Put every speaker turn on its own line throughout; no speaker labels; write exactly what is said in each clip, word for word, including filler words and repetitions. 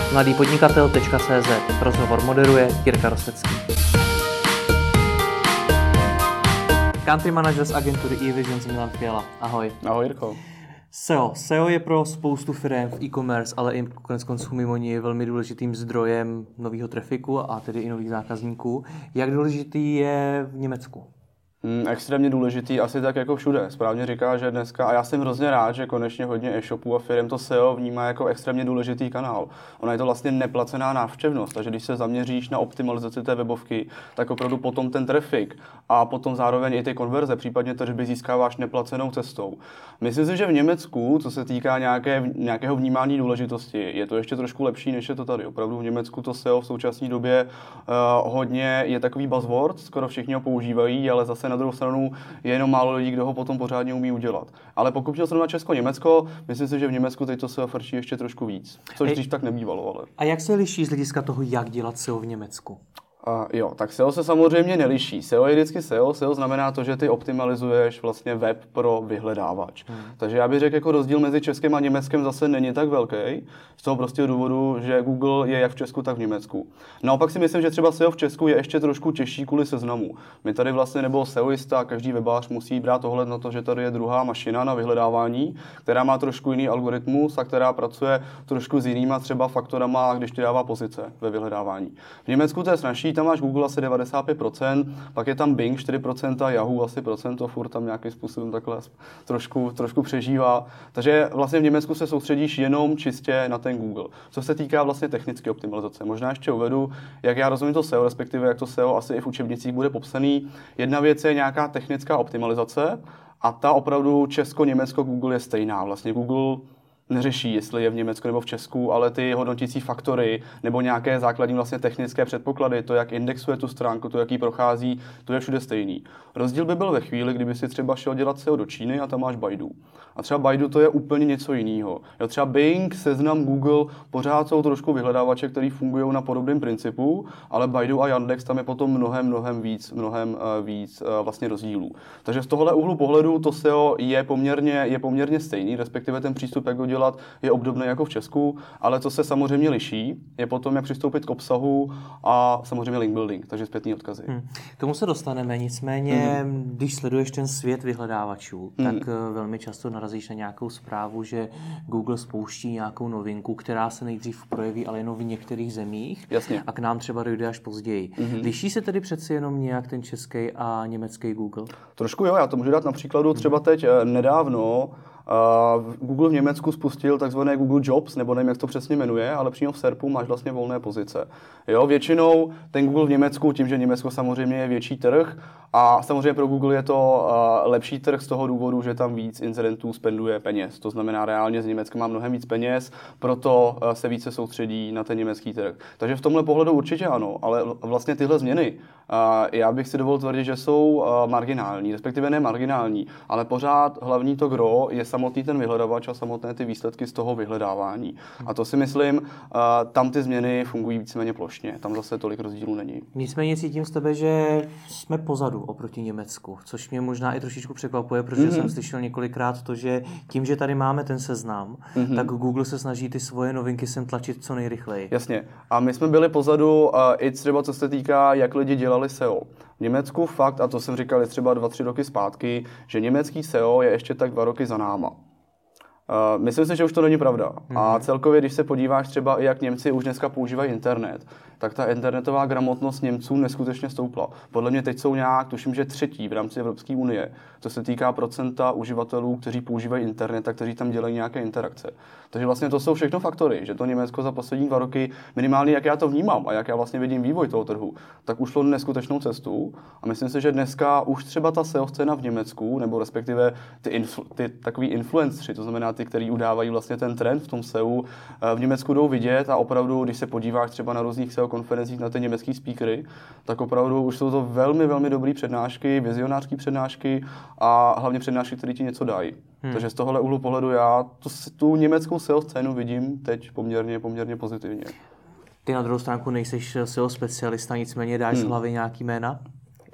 mladý podnikatel tečka cé zet. Rozhovor moderuje Jirka Rostecký. Country manager z agentury eVisions Milan Fiala. Ahoj.
Ahoj Jirko.
S E O. S E O je pro spoustu firm v e-commerce, ale i konec konců mimo ní je velmi důležitým zdrojem nového trafiku a tedy i nových zákazníků. Jak důležitý je v Německu?
Mm, extrémně důležitý, asi tak jako všude. Správně říká, že dneska, a já jsem hrozně rád, že konečně hodně e-shopů a firm to S E O vnímá jako extrémně důležitý kanál. Ona je to vlastně neplacená návštěvnost, takže když se zaměříš na optimalizaci té webovky, tak opravdu potom ten trafik a potom zároveň i ty konverze, případně tržby získáváš neplacenou cestou. Myslím si, že v Německu, co se týká nějaké, nějakého vnímání důležitosti, je to ještě trošku lepší, než je to tady. Opravdu v Německu to S E O v současné době uh, hodně je takový buzzword, skoro všichni ho používají, ale zase na druhou stranu je jenom málo lidí, kdo ho potom pořádně umí udělat. Ale pokud měl srovnat Česko-Německo, myslím si, že v Německu teď to S E O frčí ještě trošku víc. Což dřív tak nebývalo, ale.
A jak se liší z hlediska toho, jak dělat S E O v Německu?
Uh, jo, tak S E O se samozřejmě neliší. S E O je vždycky S E O. S E O znamená to, že ty optimalizuješ vlastně web pro vyhledávač. Hmm. Takže já bych řekl, jako rozdíl mezi Českem a Německem zase není tak velký. Z toho prostého důvodu, že Google je jak v Česku, tak v Německu. Naopak si myslím, že třeba S E O v Česku je ještě trošku těžší kvůli seznamu. My tady vlastně nebo SEOista, každý webář musí brát ohled na to, že tady je druhá mašina na vyhledávání, která má trošku jiný algoritmus a která pracuje trošku s jinýma třeba faktorama, když ti dává pozice ve vyhledávání. V Německu to je snazší. Tam máš Google asi devadesát pět procent, pak je tam Bing čtyři procenta, Yahoo asi procento, furt tam nějakým způsobem takhle trošku, trošku přežívá. Takže vlastně v Německu se soustředíš jenom čistě na ten Google. Co se týká vlastně technické optimalizace, možná ještě uvedu, jak já rozumím to S E O, respektive jak to S E O asi i v učebnicích bude popsaný. Jedna věc je nějaká technická optimalizace a ta opravdu Česko, Německo, Google je stejná. Vlastně Google neřeší, jestli je v Německu nebo v Česku, ale ty hodnotící faktory nebo nějaké základní vlastně technické předpoklady, to, jak indexuje tu stránku, to, jak ji prochází, to je všude stejný. Rozdíl by byl ve chvíli, kdyby si třeba šel dělat S E O do Číny a tam máš Baidu. A třeba Baidu to je úplně něco jiného. Jo, třeba Bing, Seznam, Google pořád jsou trošku vyhledávače, které fungují na podobném principu, ale Baidu a Yandex tam je potom mnohem, mnohem víc, mnohem uh, víc uh, vlastně rozdílů. Takže z tohohle úhlu pohledu to S E O je poměrně, je poměrně stejný, respektive ten přístup, jak ho dělat, je obdobný jako v Česku, ale co se samozřejmě liší, je potom, jak přistoupit k obsahu a samozřejmě link building, takže zpětný odkazy. Hmm.
K tomu se dostaneme, nicméně, hmm. když sleduješ ten svět vyhledávačů, hmm. tak velmi často narazíš na nějakou zprávu, že Google spouští nějakou novinku, která se nejdřív projeví, ale jenom v některých zemích.
Jasně.
A k nám třeba dojde až později. Hmm. Liší se tedy přeci jenom nějak ten český a německý Google?
Trošku jo, já to můžu dát na příkladu třeba teď nedávno. Uh, Google v Německu spustil takzvané Google Jobs, nebo nevím, jak to přesně jmenuje, ale přímo v SERPu máš vlastně volné pozice. Jo, většinou ten Google v Německu, tím, že Německo samozřejmě je větší trh a samozřejmě pro Google je to uh, lepší trh z toho důvodu, že tam víc incidentů spenduje peněz. To znamená, reálně z Německa má mnohem víc peněz, proto uh, se více soustředí na ten německý trh. Takže v tomhle pohledu určitě ano, ale vlastně tyhle změny, uh, já bych si dovolil tvrdit, že jsou uh, marginální, respektive ne marginální, ale pořád hlavní to gro je samotný ten vyhledavač a samotné ty výsledky z toho vyhledávání. A to si myslím, uh, tam ty změny fungují víceméně plošně. Tam zase tolik rozdílů není.
Nicméně cítím z tebe, že jsme pozadu oproti Německu, což mě možná i trošičku překvapuje, protože mm-hmm. jsem slyšel několikrát to, že tím, že tady máme ten seznam, mm-hmm. tak Google se snaží ty svoje novinky sem tlačit co nejrychleji.
Jasně. A my jsme byli pozadu uh, i třeba co se týká, jak lidi dělali S E O. V Německu fakt, a to jsem říkal třeba dva, tři roky zpátky, že německý S E O je ještě tak dva roky za náma. Uh, myslím si, že už to není pravda. Mm-hmm. A celkově, když se podíváš třeba i jak Němci už dneska používají internet, tak ta internetová gramotnost Němců neskutečně stoupla. Podle mě teď jsou nějak, tuším, že třetí v rámci Evropské unie, co se týká procenta uživatelů, kteří používají internet a kteří tam dělají nějaké interakce. Takže vlastně to jsou všechno faktory, že to Německo za poslední dva roky, minimálně jak já to vnímám a jak já vlastně vidím vývoj toho trhu, tak ušlo neskutečnou cestu a myslím si, že dneska už třeba ta S E O scéna v Německu, nebo respektive ty, influ, ty takový influenceři, to znamená ty, kteří udávají vlastně ten trend v tom S E O, v Německu jdou vidět a opravdu, když se podíváš třeba na různých S E O konferencích na ty německý speakery, tak opravdu už jsou to velmi, velmi dobré přednášky, vizionářské přednášky a hlavně přednášky, které ti něco dají. Hmm. Takže z tohohle úhlu pohledu já tu, tu německou S E O scénu vidím teď poměrně, poměrně pozitivně.
Ty na druhou stránku nejseš S E O specialista, nicméně dáš hmm. z hlavy nějaký jména?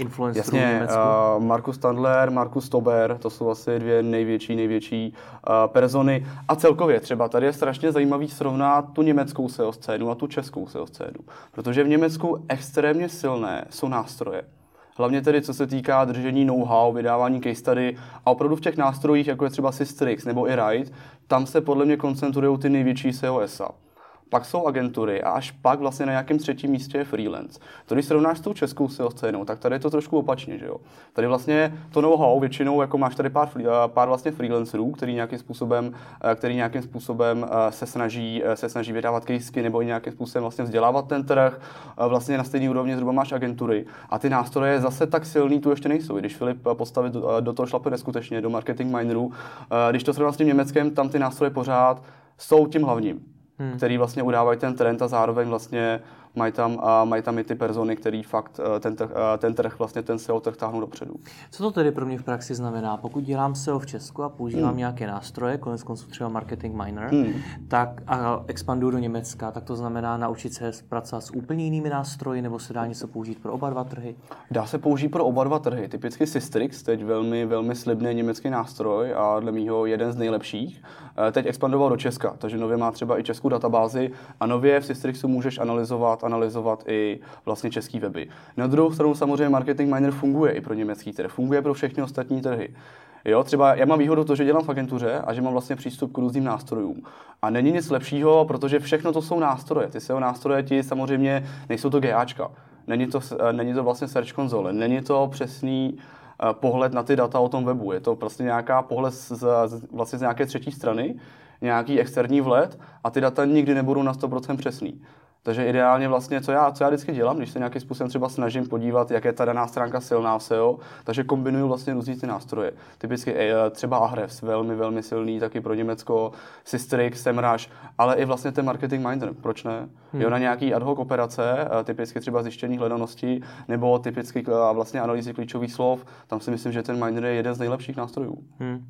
influencerů v
Jasně,
Německu?
Uh, Markus Tandler, Markus Tober, to jsou asi dvě největší, největší uh, persony. A celkově třeba tady je strašně zajímavý srovnat tu německou S E O scénu a tu českou S E O scénu. Protože v Německu extrémně silné jsou nástroje. Hlavně tedy, co se týká držení know-how, vydávání case study a opravdu v těch nástrojích, jako je třeba Systrix nebo i Write, tam se podle mě koncentrují ty největší S E O S A. Pak jsou agentury a až pak vlastně na nějakém třetím místě je freelance. To když srovnáš s tou českou S E O scénou, tak tady je to trošku opačně, že jo. Tady vlastně to know-how většinou, jako máš tady pár, pár vlastně freelancerů, který nějakým způsobem, který nějakým způsobem se snaží, se snaží vydávat casey nebo i nějakým způsobem vlastně vzdělávat ten trh. Vlastně na stejné úrovni zhruba máš agentury a ty nástroje zase tak silný tu ještě nejsou. Když Filip postavit do, do toho šlape neskutečně, do marketing minerů, když to srovná s tím Německem, tam ty nástroje pořád jsou tím hlavním. Hmm. Který vlastně udávají ten trend a zároveň vlastně mají tam, uh, mají tam i ty persony, který fakt uh, ten, trh, uh, ten trh, vlastně ten S E O trh táhnou dopředu.
Co to tedy pro mě v praxi znamená? Pokud dělám S E O v Česku a používám hmm. nějaké nástroje, konec konců třeba Marketing Miner, hmm. tak a expanduju do Německa, tak to znamená naučit se pracovat s úplně jinými nástroji, nebo se dá něco použít pro oba dva trhy?
Dá se použít pro oba dva trhy. Typicky Systrix, teď velmi, velmi slibný německý nástroj a dle mýho jeden z nejlepších. Teď expandoval do Česka, takže nově má třeba i českou databázi a nově v Systrixu můžeš analyzovat, analyzovat i vlastně český weby. Na druhou stranu samozřejmě Marketing Miner funguje i pro německý trh, funguje pro všechny ostatní trhy. Jo, třeba já mám výhodu to, že dělám v agentuře a že mám vlastně přístup k různým nástrojům. A není nic lepšího, protože všechno to jsou nástroje. Ty S E O nástroje ti samozřejmě nejsou to GAčka. Není to, není to vlastně Search Console, není to přesný pohled na ty data o tom webu. Je to prostě nějaká pohled z, z, vlastně z nějaké třetí strany, nějaký externí vhled a ty data nikdy nebudou na sto procent přesný. Takže ideálně vlastně, co já, co já vždycky dělám, když se nějakým způsobem třeba snažím podívat, jak je ta daná stránka silná v S E O, takže kombinuju vlastně různý ty nástroje. Typicky třeba Ahrefs, velmi, velmi silný, taky pro Německo, Systrix, Semrush, ale i vlastně ten Marketing Miner, proč ne? Hmm. Jo, na nějaký ad hoc operace, typicky třeba zjištění hledanosti, nebo typicky vlastně analýzy klíčových slov, tam si myslím, že ten Miner je jeden z nejlepších nástrojů. Hmm.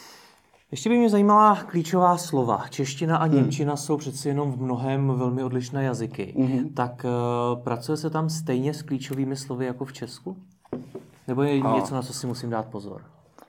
Ještě by mě zajímala klíčová slova. Čeština a němčina hmm. jsou přeci jenom v mnohem velmi odlišné jazyky. Hmm. Tak uh, pracuje se tam stejně s klíčovými slovy jako v Česku? Nebo je a. něco, na co si musím dát pozor?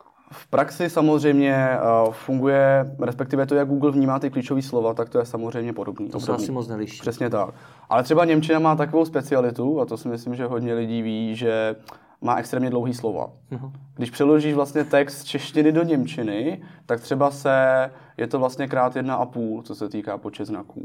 V praxi samozřejmě uh, funguje, respektive to, jak Google vnímá ty klíčové slova, tak to je samozřejmě podobný.
To obdobný. Se asi moc neliší.
Přesně tak. Ale třeba němčina má takovou specialitu, a to si myslím, že hodně lidí ví, že má extrémně dlouhý slova. Uh-huh. Když přeložíš vlastně text z češtiny do němčiny, tak třeba se, je to vlastně krát jedna a půl, co se týká počet znaků.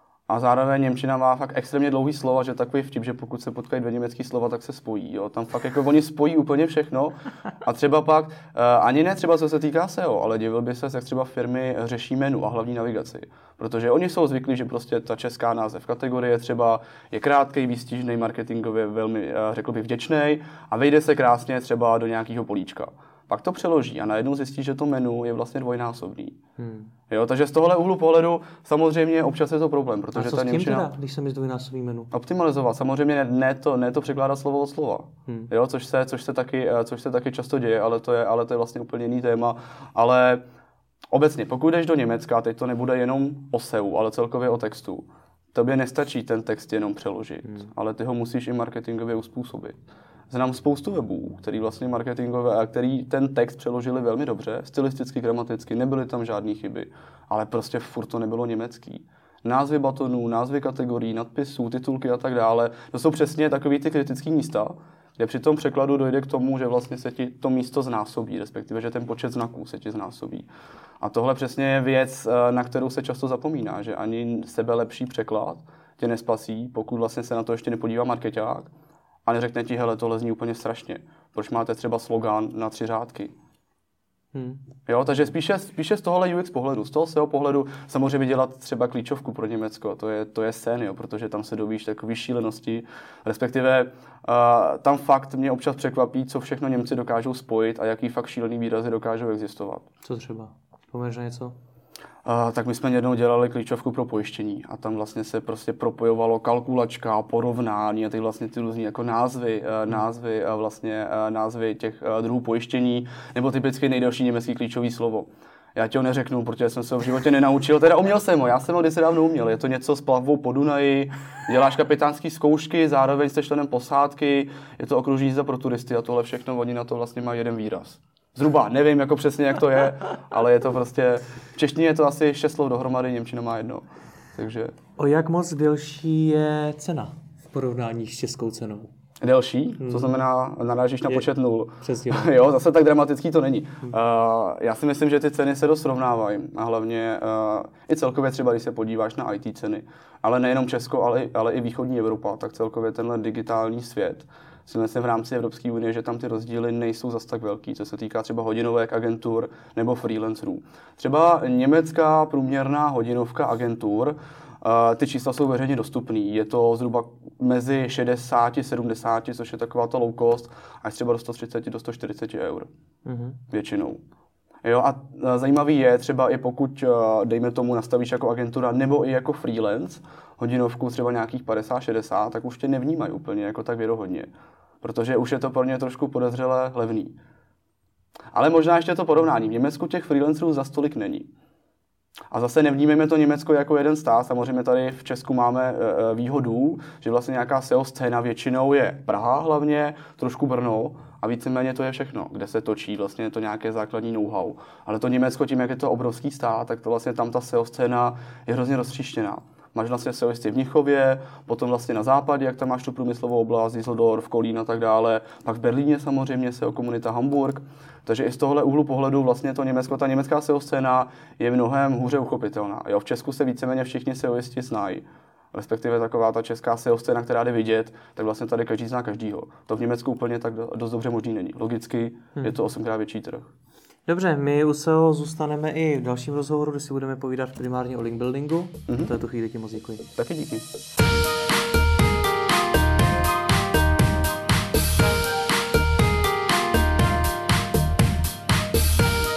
A zároveň němčina má fakt extrémně dlouhý slova, že takový vtip, že pokud se potkají dvě německý slova, tak se spojí. Jo? Tam fakt jako oni spojí úplně všechno. A třeba pak, uh, ani ne třeba co se týká S E O, ale divil by se, jak třeba firmy řeší menu a hlavní navigaci. Protože oni jsou zvyklí, že prostě ta česká název kategorie třeba je krátký, výstižný, marketingově velmi, uh, řekl bych, vděčný a vejde se krásně třeba do nějakého políčka. Pak to přeloží a najednou zjistí, že to menu je vlastně dvojnásobný. Hmm. Jo, takže z tohohle úhlu pohledu samozřejmě občas je to problém, protože
a co
ta
s tím
němčina...
teda, když se mi zdvojnásobí menu?
Optimalizovat, samozřejmě ne, ne, to, ne to překládat slovo od slova, hmm. jo, což se, což, se taky, což se taky často děje, ale to je, ale to je vlastně úplně jiný téma. Ale obecně, pokud jdeš do Německa, teď to nebude jenom o S E O, ale celkově o textu. Tobě nestačí ten text jenom přeložit, hmm. ale ty ho musíš i marketingově uspůsobit. Znám spoustu webů, který vlastně marketingové, který ten text přeložili velmi dobře, stylisticky, gramaticky, nebyly tam žádné chyby, ale prostě furt to nebylo německý. Názvy batonů, názvy kategorií, nadpisů, titulky a tak dále, to jsou přesně takový ty kritické místa, kde při tom překladu dojde k tomu, že vlastně se ti to místo znásobí, respektive, že ten počet znaků se ti znásobí. A tohle přesně je věc, na kterou se často zapomíná, že ani sebe lepší překlad tě nespasí, pokud vlastně se na to ještě nepodívá markeťák a neřekne ti, hele, tohle zní úplně strašně. Proč máte třeba slogan na tři řádky? Hmm. Jo, takže spíše, spíše z tohohle U X pohledu, z toho S E O pohledu samozřejmě dělat třeba klíčovku pro Německo, to je, to je sen, jo, protože tam se dovíš takové šílenosti, respektive uh, tam fakt mě občas překvapí, co všechno Němci dokážou spojit a jaký fakt šílený výrazy dokážou existovat.
Co třeba? Pomůžeš na něco?
Uh, tak my jsme jednou dělali klíčovku pro pojištění a tam vlastně se prostě propojovalo kalkulačka, porovnání a ty vlastně ty různý jako názvy, uh, názvy, uh, vlastně uh, názvy těch uh, druhů pojištění nebo typicky nejdelší německý klíčový slovo. Já ti ho neřeknu, protože jsem se ho v životě nenaučil. Teda uměl jsem ho, já jsem ho kdysi dávno uměl. Je to něco s plavbou po Dunaji, děláš kapitánský zkoušky, zároveň jste členem posádky, je to okružní jízda pro turisty a tohle všechno, oni na to vlastně mají jeden výraz. Zhruba, nevím jako přesně, jak to je, ale je to prostě, v češtině je to asi šest slov dohromady, němčina má jedno. Takže...
O jak moc delší je cena v porovnání s českou cenou?
Delší, hmm. to znamená, narážíš na počet nul.
Přesně.
Jo, zase tak dramatický to není. Hmm. Uh, já si myslím, že ty ceny se dost srovnávají a hlavně uh, i celkově třeba, když se podíváš na í té ceny, ale nejenom Česko, ale, ale i východní Evropa, tak celkově tenhle digitální svět, si myslím v rámci Evropské unie, že tam ty rozdíly nejsou zas tak velký, co se týká třeba hodinovek agentur nebo freelancerů. Třeba německá průměrná hodinovka agentur, Uh, ty čísla jsou veřejně dostupný. Je to zhruba mezi šedesát a sedmdesát, což je taková ta low cost, až třeba do sto třicet do sto čtyřicet eur. Mm-hmm. Většinou. Jo, a uh, zajímavý je třeba i pokud, uh, dejme tomu, nastavíš jako agentura nebo i jako freelance hodinovku třeba nějakých padesát šedesát, tak už tě nevnímají úplně jako tak věrohodně. Protože už je to pro ně trošku podezřele levný. Ale možná ještě to porovnání. V Německu těch freelancerů za stolik není. A zase nevnímáme to Německo jako jeden stát. Samozřejmě tady v Česku máme e, výhodu, že vlastně nějaká S E O scéna většinou je Praha hlavně, trošku Brno a víceméně to je všechno, kde se točí vlastně to nějaké základní know-how. Ale to Německo tím, jak je to obrovský stát, tak to vlastně tam ta S E O scéna je hrozně roztříštěná. Máš vlastně SEOisty v Mnichově, potom vlastně na západě, jak tam máš tu průmyslovou oblast, Düsseldorf, Kolín a tak dále, pak v Berlíně samozřejmě S E O komunita Hamburg. Takže i z tohohle úhlu pohledu vlastně to Německo, ta německá S E O scéna je mnohem hůře uchopitelná. Jo, v Česku se víceméně všichni SEOisti znají. Respektive taková ta česká S E O scéna, která jde vidět, tak vlastně tady každý zná každýho. To v Německu úplně tak dost dobře možný není. Logicky hmm. je to osmkrát větší trh.
Dobře, my u S E O zůstaneme i v dalším rozhovoru, kde si budeme povídat primárně o link buildingu. Mm-hmm. To je tu chvíli, ti moc děkuji.
Taky díky.